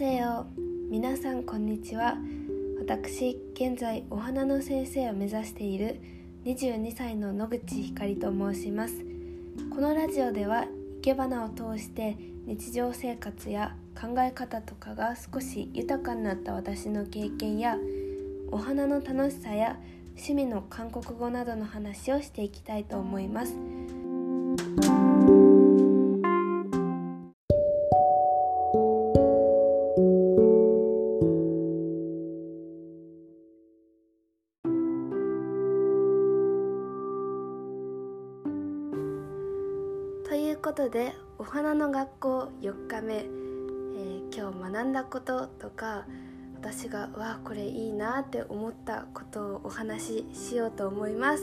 せよ。皆さんこんにちは。私、現在お花の先生を目指している22歳の野口ひかりと申します。このラジオでは生け花を通して日常生活や考え方とかが少し豊かになった私の経験やお花の楽しさや趣味の韓国語などの話をしていきたいと思います。ということで、お花の学校4日目、今日学んだこととか私がこれいいなって思ったことをお話ししようと思います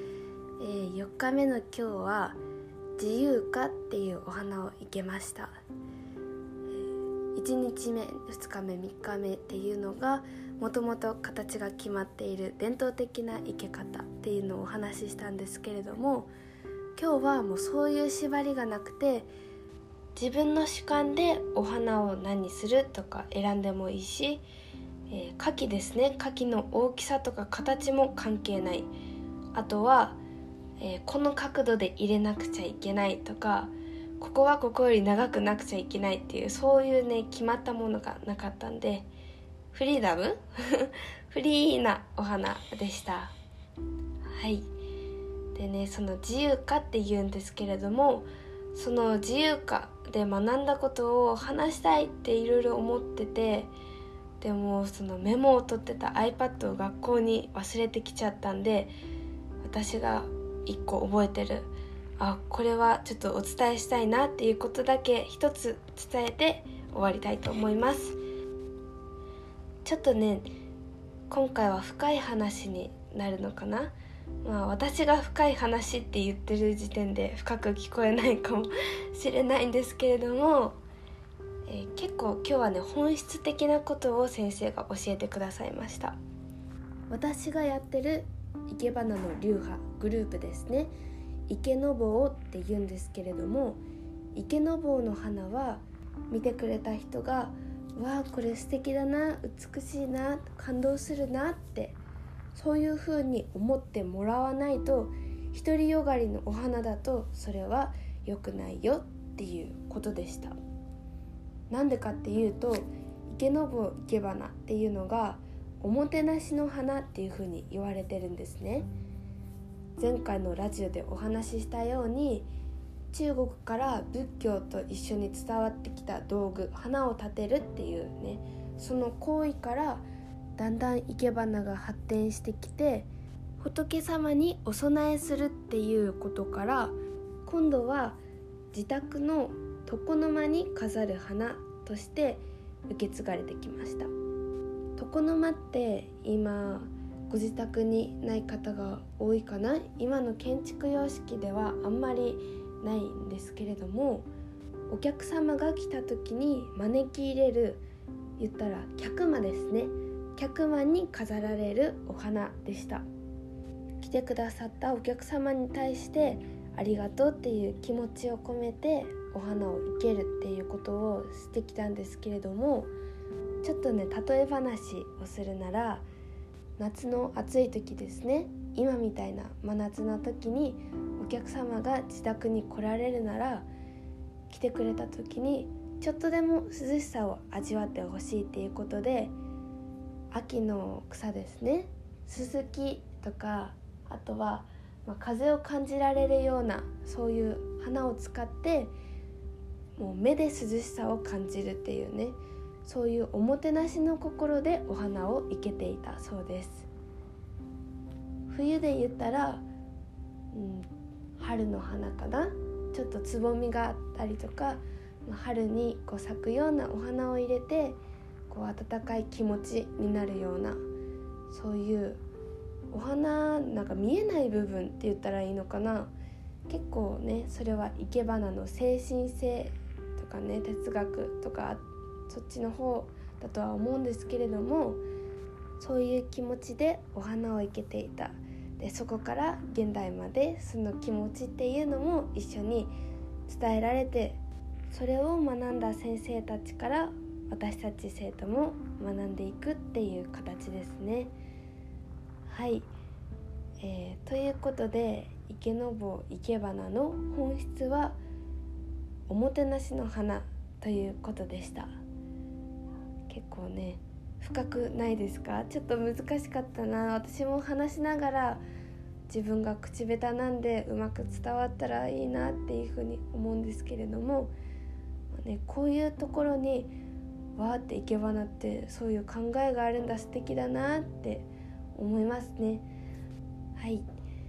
。4日目の今日は自由花っていうお花を生けました。1日目、2日目、3日目っていうのがもともと形が決まっている伝統的な生け方っていうのをお話ししたんですけれども、今日はもうそういう縛りがなくて自分の主観でお花を何にするとか選んでもいいし、花器ですね、花器の大きさとか形も関係ない。あとは、この角度で入れなくちゃいけないとか、ここはここより長くなくちゃいけないっていうそういうね決まったものがなかったんで、フリーダムフリーなお花でした。はい。でね、その自由花って言うんですけれども、その自由花で学んだことを話したいっていろいろ思ってて、でもそのメモを取ってた iPad を学校に忘れてきちゃったんで、私が1個覚えてるこれはちょっとお伝えしたいなっていうことだけ一つ伝えて終わりたいと思います。ちょっとね、今回は深い話になるのかな。私が深い話って言ってる時点で深く聞こえないかもしれないんですけれども、結構今日はね本質的なことを先生が教えてくださいました。私がやってる生け花の流派グループですね、池の坊って言うんですけれども、池の坊の花は見てくれた人がこれ素敵だな、美しいな、感動するなってそういう風に思ってもらわないと、独りよがりのお花だとそれは良くないよっていうことでした。なんでかっていうと、池の坊生け花っていうのがおもてなしの花っていう風に言われてるんですね。前回のラジオでお話ししたように、中国から仏教と一緒に伝わってきた道具、花を立てるっていうね、その行為からだんだん生け花が発展してきて、仏様にお供えするっていうことから、今度は自宅の床の間に飾る花として受け継がれてきました。床の間って今ご自宅にない方が多いかな。今の建築様式ではあんまりないんですけれども、お客様が来た時に招き入れる、言ったら客間ですね、客間に飾られるお花でした。来てくださったお客様に対してありがとうっていう気持ちを込めてお花を生けるっていうことをしてきたんですけれども、ちょっとね例え話をするなら、夏の暑い時ですね、今みたいな真夏の時にお客様が自宅に来られるなら、来てくれた時にちょっとでも涼しさを味わってほしいっていうことで、秋の草ですね、ススキとか、あとは風を感じられるようなそういう花を使って、もう目で涼しさを感じるっていうね、そういうおもてなしの心でお花を生けていたそうです。冬で言ったら、春の花かな。ちょっとつぼみがあったりとか、春に咲くようなお花を入れて、温かい気持ちになるような、そういうお花、なんか見えない部分って言ったらいいのかな。結構ね、それは生け花の精神性とかね、哲学とかそっちの方だとは思うんですけれども、そういう気持ちでお花を生けていた。でそこから現代までその気持ちっていうのも一緒に伝えられて、それを学んだ先生たちから私たち生徒も学んでいくっていう形ですね。はい、ということで池坊生け花の本質はおもてなしの花ということでした。結構ね深くないですか？ちょっと難しかったな。私も話しながら自分が口下手なんでうまく伝わったらいいなっていうふうに思うんですけれども、こういうところにわーって生け花ってそういう考えがあるんだ、素敵だなって思いますね。はい、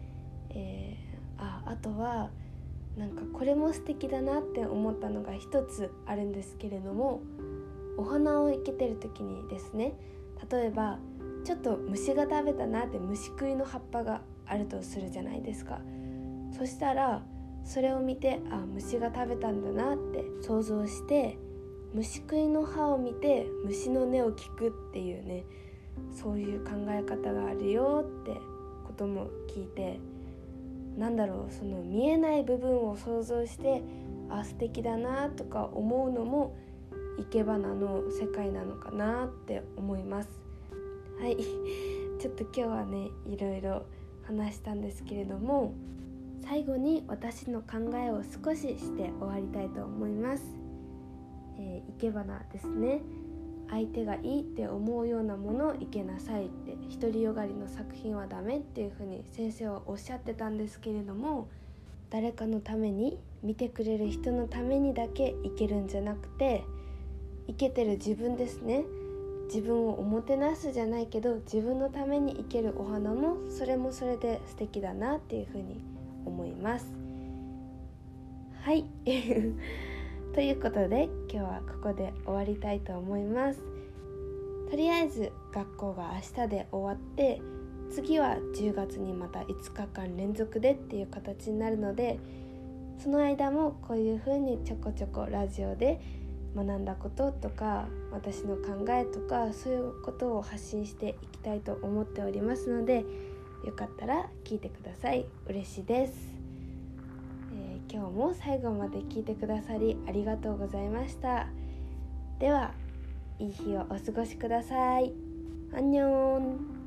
あとはなんかこれも素敵だなって思ったのが一つあるんですけれども、お花を生けてる時にですね、例えばちょっと虫が食べたなって虫食いの葉っぱがあるとするじゃないですか。そしたらそれを見て虫が食べたんだなって想像して、虫食いの葉を見て虫の音を聞くっていうね、そういう考え方があるよってことも聞いて、その見えない部分を想像して素敵だなとか思うのも生け花の世界なのかなって思います。はい、ちょっと今日はねいろいろ話したんですけれども、最後に私の考えを少しして終わりたいと思います。生け花ですね。相手がいいって思うようなものを生けなさいって、独りよがりの作品はダメっていうふうに先生はおっしゃってたんですけれども、誰かのために、見てくれる人のためにだけ生けるんじゃなくて、生けてる自分ですね、自分をおもてなすじゃないけど自分のために生けるお花もそれもそれで素敵だなっていうふうに思います。はいということで今日はここで終わりたいと思います。とりあえず学校が明日で終わって、次は10月にまた5日間連続でっていう形になるので、その間もこういう風にちょこちょこラジオで学んだこととか私の考えとかそういうことを発信していきたいと思っておりますので、よかったら聞いてください。嬉しいです。今日も最後まで聞いてくださりありがとうございました。では、いい日をお過ごしください。アンニョン。